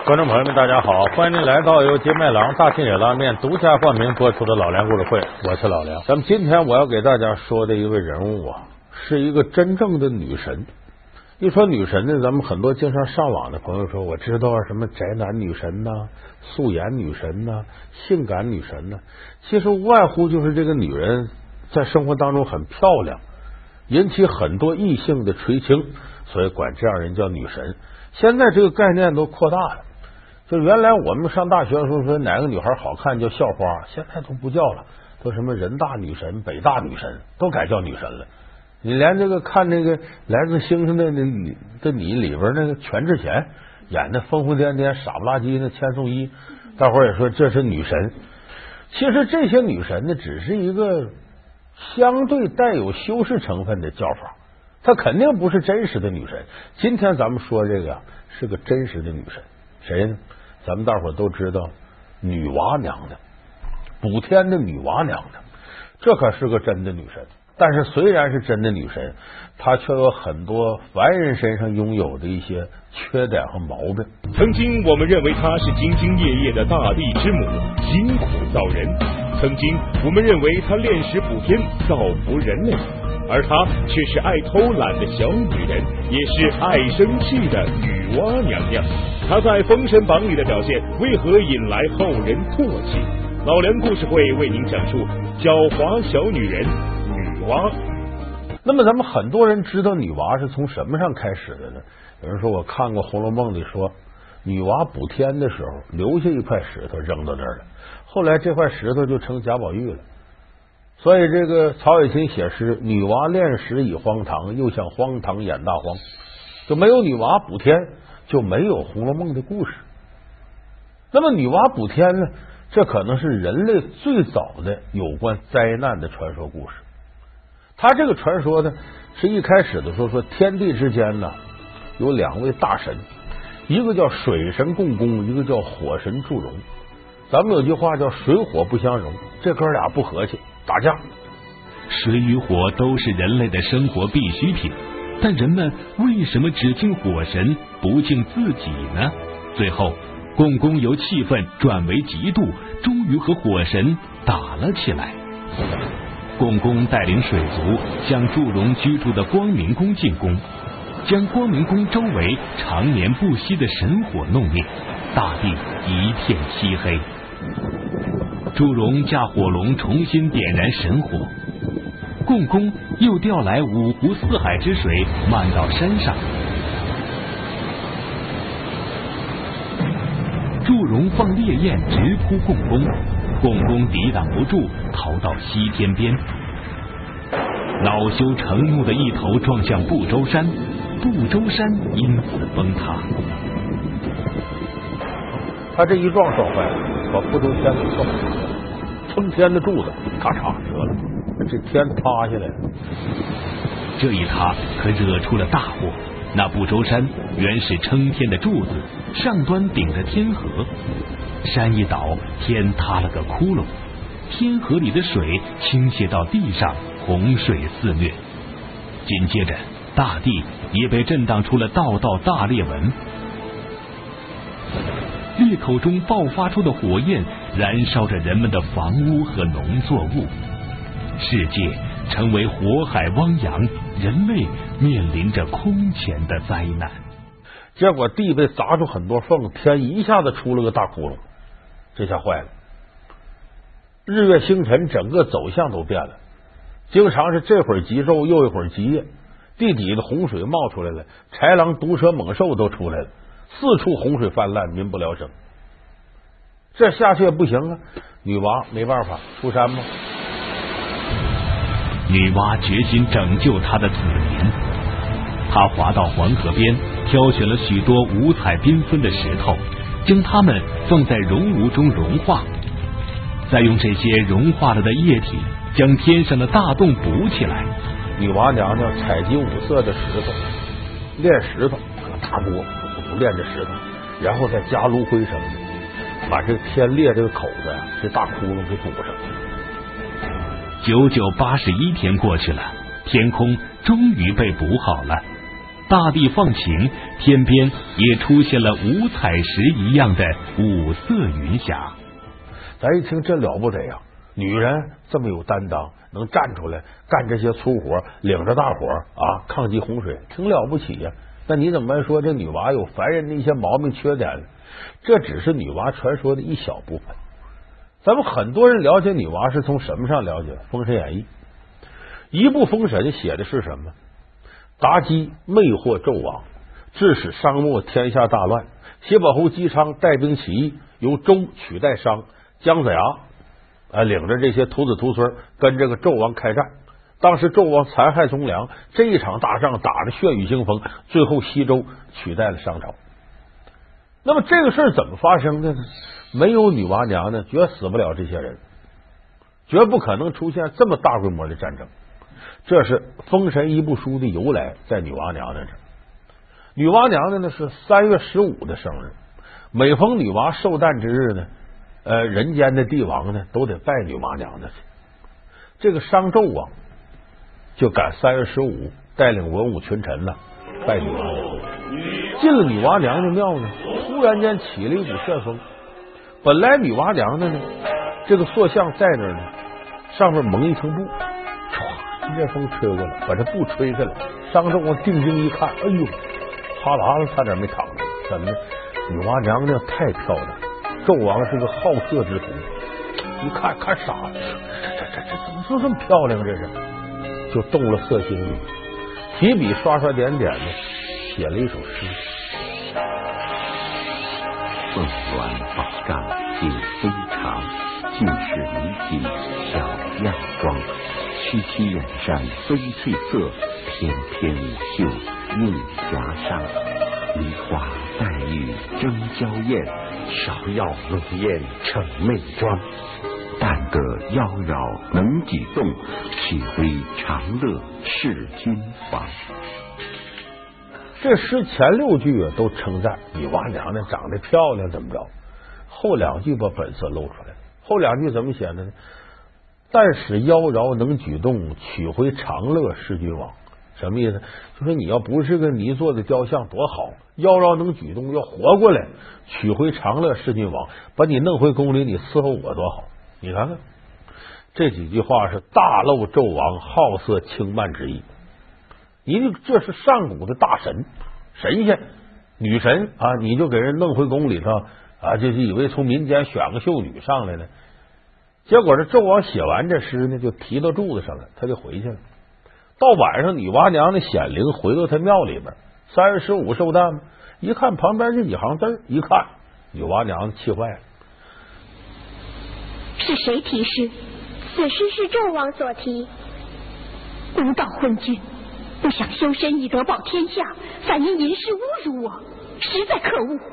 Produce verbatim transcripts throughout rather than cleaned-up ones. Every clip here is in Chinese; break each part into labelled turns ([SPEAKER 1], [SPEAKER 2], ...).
[SPEAKER 1] 观众朋友们，大家好，欢迎您来到由金麦郎大庆野拉面独家冠名播出的老梁故事会，我是老梁。咱们今天我要给大家说的一位人物啊，是一个真正的女神。一说女神呢，咱们很多经常上网的朋友说，我知道什么宅男女神呐、啊、素颜女神呐、啊、性感女神呐、啊，其实无外乎就是这个女人在生活当中很漂亮，引起很多异性的垂青，所以管这样人叫女神。现在这个概念都扩大了，就原来我们上大学的时候说哪个女孩好看叫校花，现在都不叫了，都什么人大女神、北大女神，都改叫女神了。你连这个看这个来自星星的你的你里边那个全智贤演的疯疯癫癫、傻不拉几的千颂伊，大伙儿也说这是女神。其实这些女神呢，只是一个相对带有修饰成分的叫法，她肯定不是真实的女神。今天咱们说这个是个真实的女神，谁呢？咱们大伙儿都知道女娲娘娘，补天的女娲娘娘，这可是个真的女神。但是虽然是真的女神，她却有很多凡人身上拥有的一些缺点和毛病。
[SPEAKER 2] 曾经我们认为她是兢兢业业的大地之母，辛苦造人；曾经我们认为她炼石补天，造福人类，而她却是爱偷懒的小女人，也是爱生气的女娲娘娘。她在《封神榜》里的表现，为何引来后人唾弃？老梁故事会为您讲述狡猾小女人女娲。
[SPEAKER 1] 那么咱们很多人知道女娲是从什么上开始的呢？有人说我看过《红楼梦》里说，女娲补天的时候留下一块石头扔到那儿了，后来这块石头就成贾宝玉了。所以这个曹雪芹写诗，女娲炼石已荒唐，又向荒唐演大荒，就没有女娲补天，就没有《红楼梦》的故事。那么女娲补天呢，这可能是人类最早的有关灾难的传说故事。他这个传说呢，是一开始的时候说天地之间呢有两位大神，一个叫水神共工，一个叫火神祝融。咱们有句话叫水火不相容，这哥俩不和气，打架。
[SPEAKER 3] 水与火都是人类的生活必需品，但人们为什么只敬火神不敬自己呢？最后共工由气愤转为嫉妒，终于和火神打了起来。共工带领水族向祝融居住的光明宫进攻，将光明宫周围常年不息的神火弄灭，大地一片漆黑。祝融驾火龙重新点燃神火，共工又调来五湖四海之水漫到山上。祝融放烈焰直扑共工，共工抵挡不住，逃到西天边。恼羞成怒的一头撞向不周山，不周山因此崩塌。
[SPEAKER 1] 他这一撞撞坏了，把不周天给撞了，撑天的柱子咔嚓折了，这天塌下来了。
[SPEAKER 3] 这一塌可惹出了大祸。那不周山原是撑天的柱子，上端顶着天河，山一倒，天塌了个窟窿，天河里的水倾泻到地上，洪水肆虐。紧接着大地也被震荡出了道道大裂纹，裂口中爆发出的火焰燃烧着人们的房屋和农作物，世界成为火海汪洋，人类面临着空前的灾难。
[SPEAKER 1] 结果地被砸出很多缝，天一下子出了个大窟窿，这下坏了，日月星辰整个走向都变了，经常是这会儿急昼又一会儿急夜，地底的洪水冒出来了，豺狼毒蛇猛兽都出来了，四处洪水泛滥，民不聊生。这下去也不行啊，女娲没办法，出山吧。
[SPEAKER 3] 女娲决心拯救她的子民，她滑到黄河边，挑选了许多五彩缤纷的石头，将它们放在熔炉中融化，再用这些融化了的液体将天上的大洞补起来。
[SPEAKER 1] 女娲娘娘采集五色的石头，炼石头，大锅不炼这石头，然后再加炉灰什么的，把这个天裂这个口子呀，这大窟窿给堵上。
[SPEAKER 3] 九九八十一天过去了，天空终于被补好了。 大地放晴，天边也出现了五彩石一样的五色云霞。
[SPEAKER 1] 咱一听这了不得呀，女人这么有担当，能站出来干这些粗活，领着大伙啊抗击洪水，挺了不起呀。那你怎么说这女娃有烦人的一些毛病缺点呢？这只是女娃传说的一小部分。咱们很多人了解女娃是从什么上了解？《封神演义》一部《封神》写的是什么？妲己魅惑纣王，致使商末天下大乱。西伯侯姬昌带兵起义，由周取代商，姜子牙啊领着这些徒子徒孙跟这个纣王开战。当时纣王残害忠良，这一场大仗打得血雨腥风，最后西周取代了商朝。那么这个事儿怎么发生的呢？没有女娲娘娘，绝死不了这些人，绝不可能出现这么大规模的战争。这是《封神》一部书的由来，在女娲娘娘这。女娲娘娘呢是三月十五的生日，每逢女娲寿诞之日呢，呃，人间的帝王呢都得拜女娲娘娘去。这个商纣王就赶三月十五，带领文武群臣呢拜女娲娘娘。进了女娲娘娘庙呢，突然间起了一股旋风。本来女娲娘娘呢，这个塑像在那儿呢，上面蒙一层布，唰，这风吹过来，把这布吹下来。商纣王定睛一看，哎呦，哈喇子差点没淌出来。怎么呢？女娲娘娘太漂亮，纣王是个好色之徒，一看看傻了，这这这怎么就这么漂亮？这是，就动了色心了，提笔刷刷点点的写了一首诗。
[SPEAKER 4] 凤鸾宝帐锦飞长，尽是离体小样妆。区区远山飞翠色，翩翩舞袖映霞裳。梨花带雨争娇艳，芍药浓艳逞媚妆。但得妖娆能举动，取回长乐侍君房。
[SPEAKER 1] 这诗前六句啊都称赞女娲娘娘长得漂亮，怎么着？后两句把本色露出来了。后两句怎么写的呢？但使妖娆能举动，取回长乐侍君王。什么意思？就说你要不是个泥做的雕像多好，妖娆能举动，要活过来，取回长乐侍君王，把你弄回宫里，你伺候我多好。你看看这几句话是大露纣王好色轻慢之意。你这是上古的大神神仙女神啊，你就给人弄回宫里头啊，就是以为从民间选个秀女上来了。结果这纣王写完这诗呢，就提到柱子上了，他就回去了。到晚上，女娲娘娘显灵回到他庙里边，三月十五寿诞，一看旁边这几行字，一看女娲娘娘气坏了。
[SPEAKER 5] 是谁题诗？此诗是纣王所题。无道昏君，不想修身以德保天下，反因淫事侮辱我，实在可恶。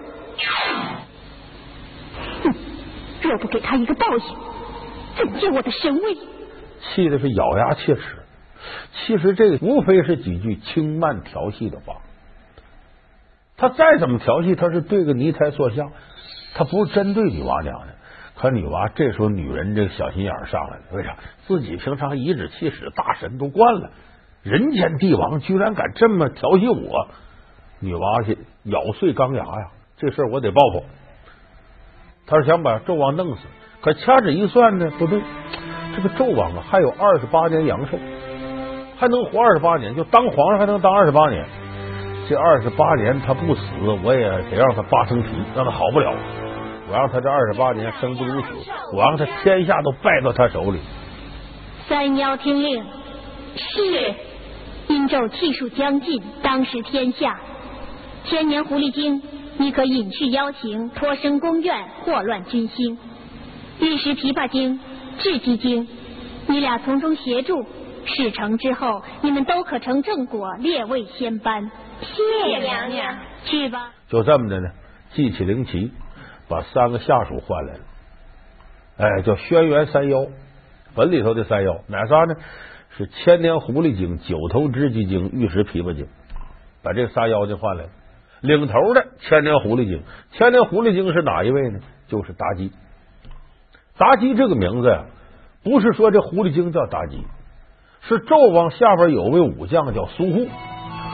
[SPEAKER 5] 哼！若不给他一个报应，怎见我的神威？
[SPEAKER 1] 气的是咬牙切齿。其实这个无非是几句轻慢调戏的话，他再怎么调戏，他是对个泥胎塑像，他不是针对女娲娘娘。可女娲这时候女人这个小心眼上来了，为啥？自己平常颐指气使，大神都惯了，人间帝王居然敢这么调戏我，女娲去咬碎钢牙呀！这事儿我得报复。他是想把纣王弄死，可掐指一算呢，不对，这个纣王啊还有二十八年阳寿，还能活二十八年，就当皇上还能当二十八年。这二十八年他不死，我也得让他八成皮，让他好不了。我让他这二十八年生不如死，我让他天下都败到他手里。
[SPEAKER 5] 三妖听令。是。殷纣气数将尽，当时天下。千年狐狸精，你可隐去妖形，脱生宫苑，祸乱军心。玉石琵琶精、雉鸡精，你俩从中协助，事成之后，你们都可成正果，列位仙班。谢娘娘。去吧。
[SPEAKER 1] 就这么的呢，祭起灵旗，把三个下属换来了。哎，叫轩辕三妖，本里头的三妖哪仨呢？是千年狐狸精、九头雉鸡精、玉石琵琶精，把这仨妖精换来了。领头的千年狐狸精，千年狐狸精是哪一位呢？就是妲己。妲己这个名字呀、啊，不是说这狐狸精叫妲己，是纣王下边有位武将叫苏护，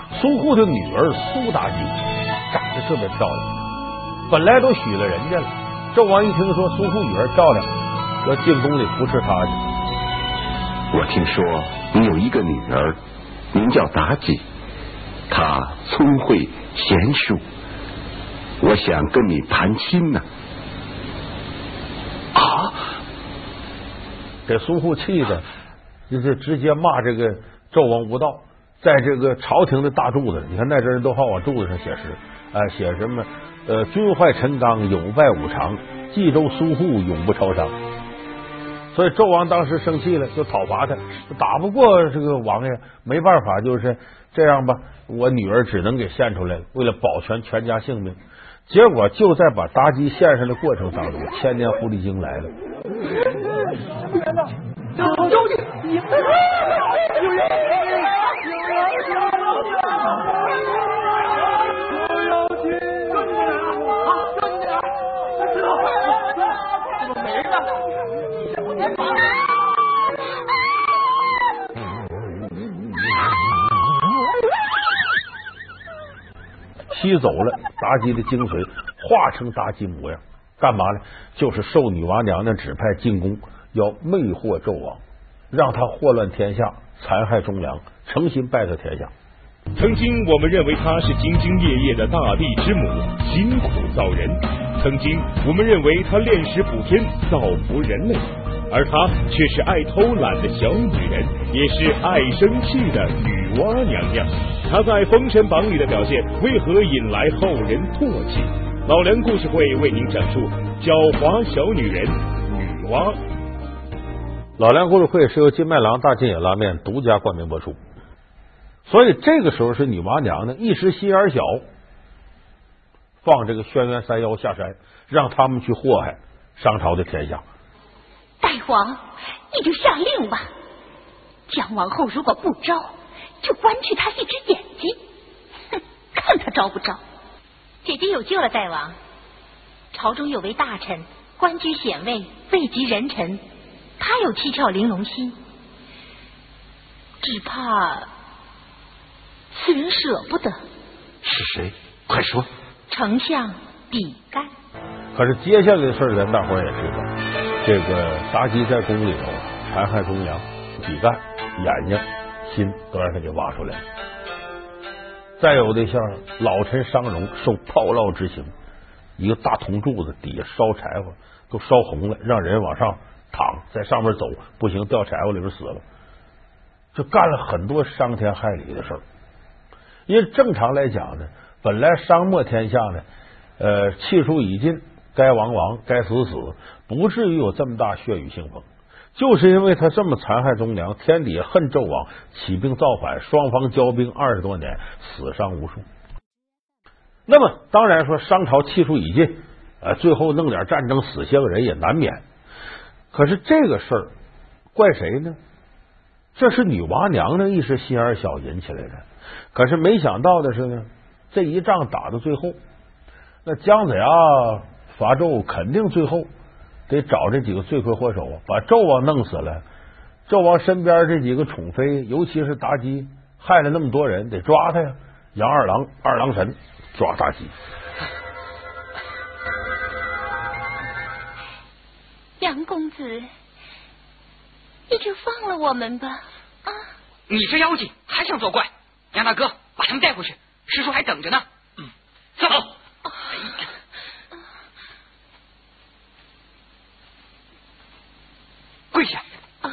[SPEAKER 1] 苏护的女儿苏妲己长得特别漂亮，本来都许了人家了。纣王一听说苏护女儿漂亮，要进宫里扶持她去。
[SPEAKER 4] 我听说你有一个女儿，名叫妲己，她聪慧贤淑，我想跟你谈亲呢。
[SPEAKER 1] 啊！给苏护气的，就是直接骂这个纣王无道。在这个朝廷的大柱子，你看那阵人都好往柱子上写诗啊，写什么呃，君坏陈刚，有败五常，冀州苏护永不超商。所以纣王当时生气了，就讨伐他，打不过这个王爷，没办法，就是这样吧，我女儿只能给献出来了，为了保全全家性命。结果就在把妲己献上的过程当中，千年狐狸精来了。
[SPEAKER 6] 有人，有人。
[SPEAKER 1] 吸走了妲己的精髓，化成妲己模样，干嘛呢？就是受女娲娘娘指派进宫，要魅惑纣王，让他祸乱天下，残害忠良，诚心败他天下。
[SPEAKER 2] 曾经我们认为她是兢兢业业的大地之母，辛苦造人；曾经我们认为她炼石补天，造福人类，而她却是爱偷懒的小女人，也是爱生气的女娲娘娘。她在《封神榜》里的表现，为何引来后人唾弃？老梁故事会为您讲述狡猾小女人女娲。
[SPEAKER 1] 老梁故事会是由金麦郎大金野拉面独家冠名播出。所以这个时候是女娲娘娘一时心眼小，放这个轩辕三妖下山，让他们去祸害商朝的天下。
[SPEAKER 5] 大王，你就下令吧，姜王后如果不招，就剜去他一只眼睛，哼，看他招不招。姐姐有救了，大王。朝中有位大臣，官居显位，位极人臣，他有七窍玲珑心，只怕此人舍不得。
[SPEAKER 4] 是谁？快说。
[SPEAKER 5] 丞相比干。
[SPEAKER 1] 可是接下来的事儿，咱大伙儿也知道，这个妲己在宫里头残害忠良，比干眼睛、心都让他给挖出来了。再有的像老臣商容受炮烙之刑，一个大铜柱子底下烧柴火都烧红了，让人往上躺，在上面走不行，掉柴火里边死了，就干了很多伤天害理的事儿。因为正常来讲呢，本来商末天下呢，呃，气数已尽，该亡亡，该死死，不至于有这么大血雨腥风。就是因为他这么残害忠良，天底下恨纣王，起兵造反，双方交兵二十多年，死伤无数。那么当然说商朝气数已尽，呃，最后弄点战争死些个人也难免。可是这个事儿怪谁呢？这是女娲娘娘一时心眼小引起来的。可是没想到的是呢，这一仗打到最后，那姜子牙伐纣肯定最后得找这几个罪魁祸首啊，把纣王弄死了，纣王身边这几个宠妃，尤其是妲己，害了那么多人，得抓他呀。杨二郎、二郎神抓妲己。
[SPEAKER 5] 杨公子，你就放了我们吧。啊！
[SPEAKER 7] 你这妖精还想作怪？杨大哥，把他们带回去，师叔还等着呢。嗯，走。
[SPEAKER 5] 啊
[SPEAKER 7] 跪下！
[SPEAKER 5] 啊！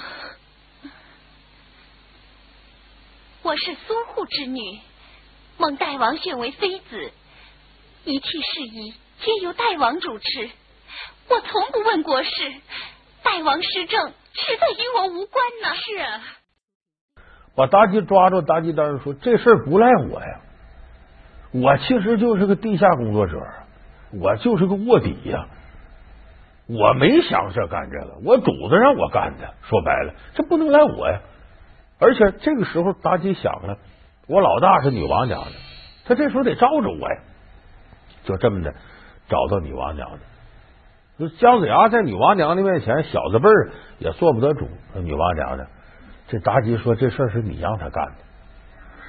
[SPEAKER 5] 我是苏护之女，蒙大王选为妃子，一切事宜皆由大王主持。我从不问国事，大王施政实在与我无关呢。是啊。
[SPEAKER 1] 把妲己抓住，妲己当然说：“这事儿不赖我呀，我其实就是个地下工作者，我就是个卧底呀。我没想着干这个，我主子让我干的。说白了，这不能赖我呀。而且这个时候，妲己想了，我老大是女娲娘娘，他这时候得罩着我呀。就这么的找到女娲娘娘。姜子牙在女娲娘娘面前，小字辈儿也做不得主。女娲娘娘，这妲己说这事儿是你让他干的。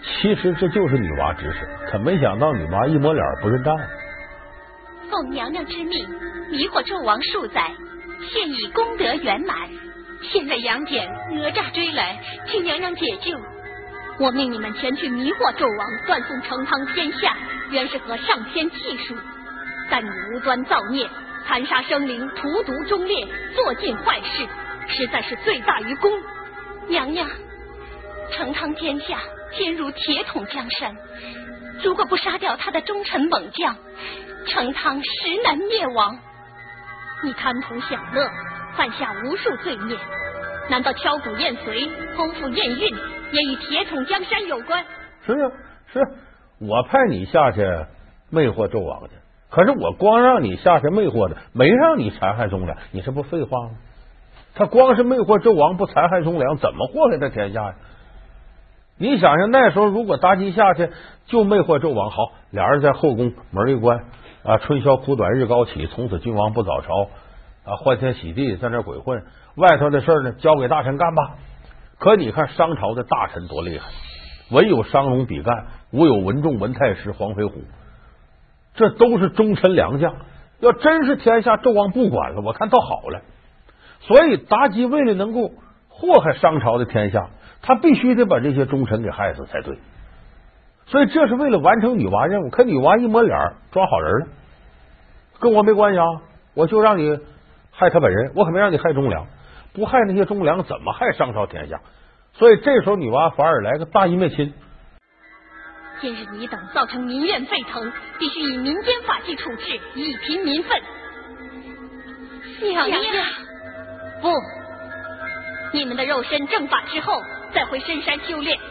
[SPEAKER 1] 其实这就是女娲指使，可没想到女娲一抹脸不认账。
[SPEAKER 5] 奉娘娘之命，迷惑纣王数载，现已功德圆满。现在杨戬、哪吒追来，请娘娘解救。我命你们前去迷惑纣王，断送成汤天下，原是和上天契书。但你无端造孽，残杀生灵，荼毒忠烈，做尽坏事，实在是罪大于公。娘娘，成汤天下坚如铁桶江山，如果不杀掉他的忠臣猛将，成汤实难灭亡。你贪图享乐，犯下无数罪孽，难道敲鼓验髓、功夫验运也与铁桶江山有关？
[SPEAKER 1] 是啊，是啊，我派你下去魅惑纣王去，可是我光让你下去魅惑的，没让你残害忠良，你这不废话吗？他光是魅惑纣王，不残害忠良，怎么祸害他天下呀？你想想那时候，如果妲己下去就魅惑纣王，好，俩人在后宫门一关啊，春宵苦短日高起，从此君王不早朝啊，欢天喜地在那鬼混，外头的事呢交给大臣干吧。可你看商朝的大臣多厉害，文有商容比干，武有文仲、文太师、黄飞虎，这都是忠臣良将。要真是天下纣王不管了，我看倒好了。所以妲己为了能够祸害商朝的天下，他必须得把这些忠臣给害死才对。所以这是为了完成女娲任务。可女娲一抹脸装好人了，跟我没关系啊，我就让你害他本人，我可没让你害忠良，不害那些忠良怎么害商朝天下？所以这时候女娲反而来个大义灭亲。
[SPEAKER 5] 今日你等造成民怨沸腾，必须以民间法纪处置，以平民愤。娘娘，不，你们的肉身正法之后，再回深山修炼。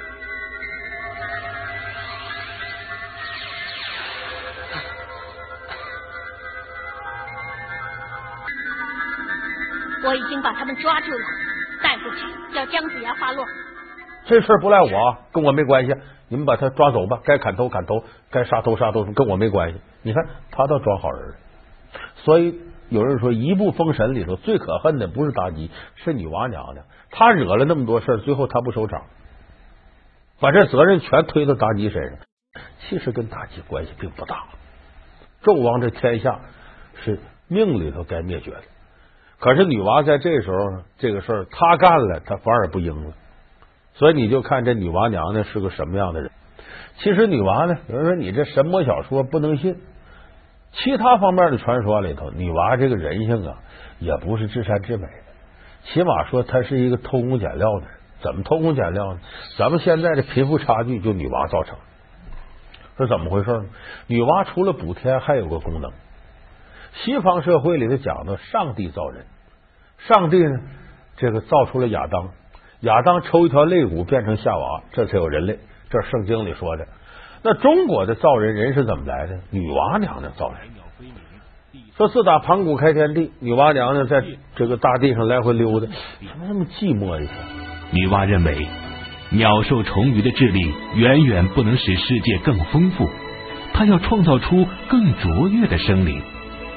[SPEAKER 5] 我已经把他们抓住了，带回去叫姜子牙发落。
[SPEAKER 1] 这事儿不赖我，跟我没关系。你们把他抓走吧，该砍头砍头，该杀头杀头，跟我没关系。你看他倒装好人了。所以有人说，一部《封神》里头最可恨的不是妲己，是女娲娘娘。她惹了那么多事儿，最后她不收场，把这责任全推到妲己身上。其实跟妲己关系并不大。纣王这天下是命里头该灭绝的，可是女娲在这时候这个事儿她干了，她反而不应了。所以你就看这女娲娘娘是个什么样的人。其实女娲呢，有人说你这神魔小说不能信，其他方面的传说里头，女娲这个人性啊，也不是至善至美的，起码说她是一个偷工减料的人。怎么偷工减料呢？咱们现在的贫富差距就女娲造成。是怎么回事呢？女娲除了补天，还有个功能。西方社会里头讲的上帝造人，上帝呢，这个造出了亚当，亚当抽一条肋骨变成夏娃，这才有人类，这是圣经里说的。那中国的造人，人是怎么来的？女娲娘娘造人。说自打盘古开天地，女娲娘娘在这个大地上来回溜达，怎么那么寂寞一下？
[SPEAKER 3] 女娲认为，鸟兽虫鱼的智力远远不能使世界更丰富，她要创造出更卓越的生灵。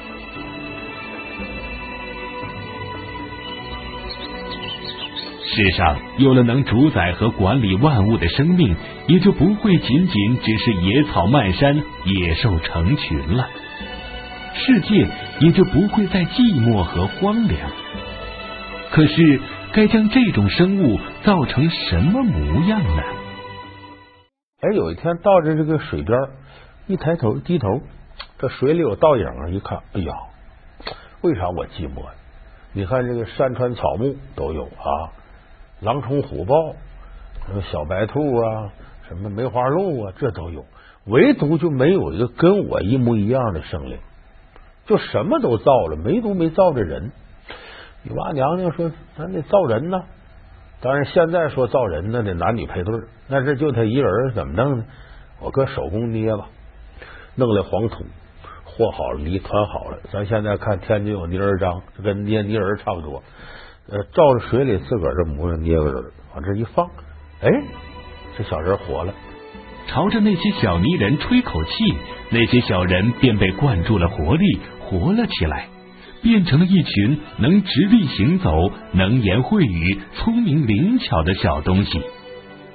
[SPEAKER 3] 世上有了能主宰和管理万物的生命，也就不会仅仅只是野草漫山、野兽成群了，世界也就不会再寂寞和荒凉。可是该将这种生物造成什么模样呢？
[SPEAKER 1] 哎，有一天到这这个水边，一抬头低头，这水里有倒影啊，一看，哎呀，为啥我寂寞？你看这个山川草木都有啊，狼虫虎豹，什么小白兔啊，什么梅花鹿啊，这都有，唯独就没有一个跟我一模一样的生灵，就什么都造了，唯独没造这人。女娲娘娘说：“咱得造人呢。”当然，现在说造人呢，得男女配对，那这就他一人，怎么弄呢？我搁手工捏吧，弄来黄土和好了，泥团好了。咱现在看天津有泥人张，就跟捏泥人差不多。呃，照着水里自个儿这模样捏个人，往这一放，哎，这小人活了。
[SPEAKER 3] 朝着那些小泥人吹口气，那些小人便被灌注了活力，活了起来。变成了一群能直立行走、能言会语、聪明灵巧的小东西。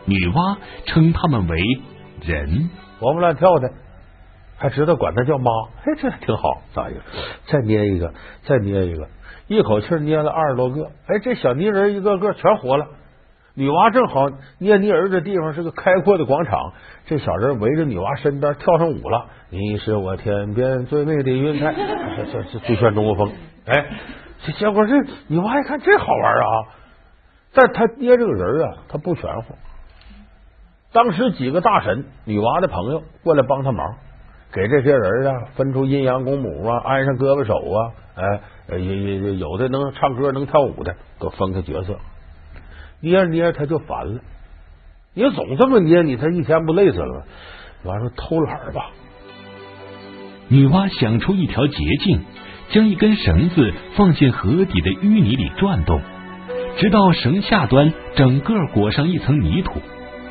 [SPEAKER 3] 女娲称他们为人，
[SPEAKER 1] 活蹦乱跳的，还知道管他叫妈，哎，这挺好。咋一个？再捏一个，再捏一个，一口气捏了二十多个，哎，这小泥人一个个全活了。女娲正好捏泥人的地方是个开阔的广场，这小人围着女娲身边跳上舞了。你是我天边最美的云彩，这这这最炫中国风。哎，这结果这女娲一看这好玩啊，但他捏这个人啊，他不全乎。当时几个大神，女娲的朋友过来帮他忙，给这些人啊分出阴阳公母啊，安上胳膊手啊，哎，也也有的能唱歌能跳舞的，都分个角色。捏着捏着他就烦了，你总这么捏，你他一天不累死了吗？完说偷懒吧。
[SPEAKER 3] 女娲想出一条捷径，将一根绳子放进河底的淤泥里转动，直到绳下端整个裹上一层泥土。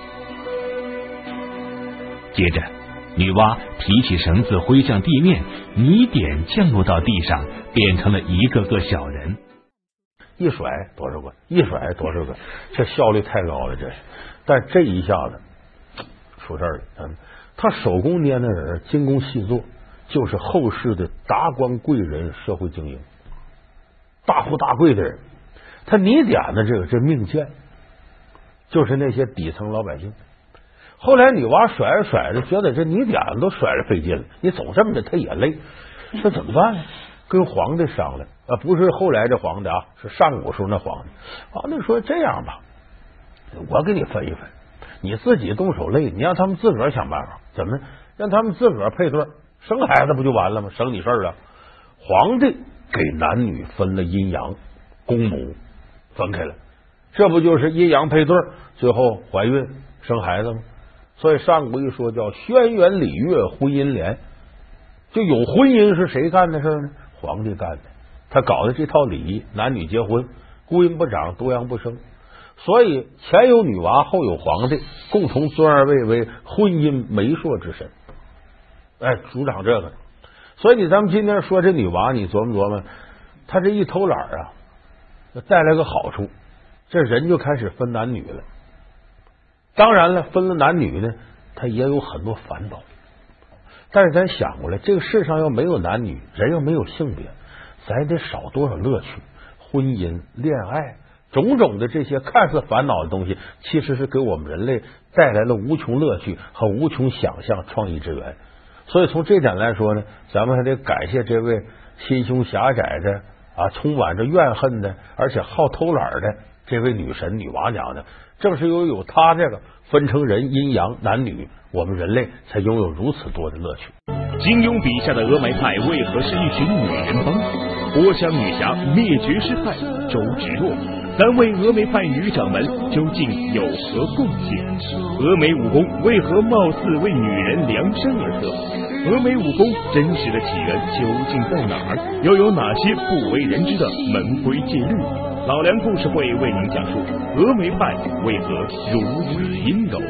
[SPEAKER 3] 接着女娲提起绳子挥向地面，泥点降落到地上，变成了一个个小人。
[SPEAKER 1] 一甩多少个，一甩多少个，这效率太高了，这是。但这一下子出事了，嗯，他手工捏的人精工细作，就是后世的达官贵人、社会精英、大富大贵的人。他泥点的这个这命贱，就是那些底层老百姓。后来女娲甩着甩着，觉得这泥点子都甩着费劲了，你总这么着他也累，这怎么办呢？跟皇帝商量啊，不是后来这皇帝啊，是上古时候那皇帝。皇帝说这样吧，我给你分一分，你自己动手累，你让他们自个儿想办法，怎么让他们自个儿配对生孩子不就完了吗？省你事儿啊！皇帝给男女分了阴阳，公母分开了，这不就是阴阳配对，最后怀孕生孩子吗？所以上古一说叫轩辕礼乐婚姻联，就有婚姻是谁干的事呢？皇帝干的，他搞的这套礼仪，男女结婚，孤阴不长，多阳不生。所以前有女娲，后有皇帝，共同尊二位为婚姻媒妁之神，哎，主张这个。所以你咱们今天说这女娲，你琢磨琢磨，他这一偷懒啊，带来个好处，这人就开始分男女了。当然了，分了男女呢，他也有很多烦恼。但是咱想过来，这个世上要没有男女，人又没有性别，咱也得少多少乐趣？婚姻、恋爱，种种的这些看似烦恼的东西，其实是给我们人类带来了无穷乐趣和无穷想象、创意之源。所以从这点来说呢，咱们还得感谢这位心胸狭窄的啊，充满着怨恨的，而且好偷懒的这位女神女娲娘娘。正是由于有她这个分成人阴阳男女，我们人类才拥有如此多的乐趣。
[SPEAKER 2] 金庸笔下的峨眉派为何是一群女人帮？国香女侠灭绝师太周芷若，三位峨眉派女掌门究竟有何贡献？峨眉武功为何貌似为女人量身而设？峨眉武功真实的起源究竟在哪儿？又有哪些不为人知的门规戒律？老梁故事会为您讲述峨眉派为何如此阴柔。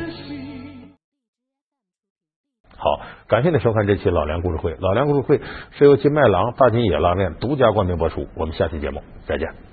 [SPEAKER 1] 好，感谢您收看这期老梁故事会。老梁故事会是由金麦郎大金野拉面独家冠名播出。我们下期节目再见。